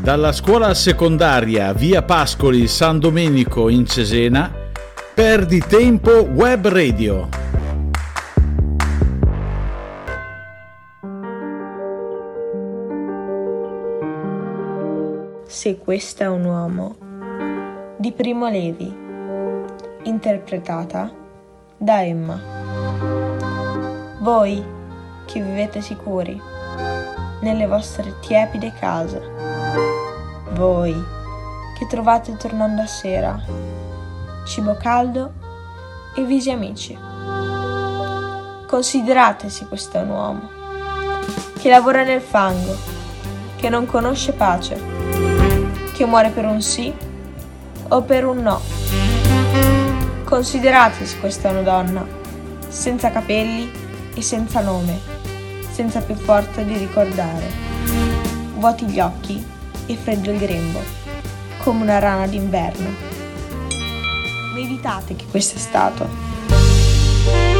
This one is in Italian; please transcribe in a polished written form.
Dalla scuola secondaria via Pascoli San Domenico in Cesena, Perdi Tempo Web Radio. Se questo è un uomo di Primo Levi, interpretata da Emma. Voi che vivete sicuri nelle vostre tiepide case, voi che trovate tornando a sera cibo caldo e visi amici, considerate se questo è un uomo che lavora nel fango, che non conosce pace, che muore per un sì o per un no. Considerate se questa è una donna senza capelli e senza nome, senza più forza di ricordare, vuoti gli occhi e freddo il grembo, come una rana d'inverno. Meditate che questo è stato.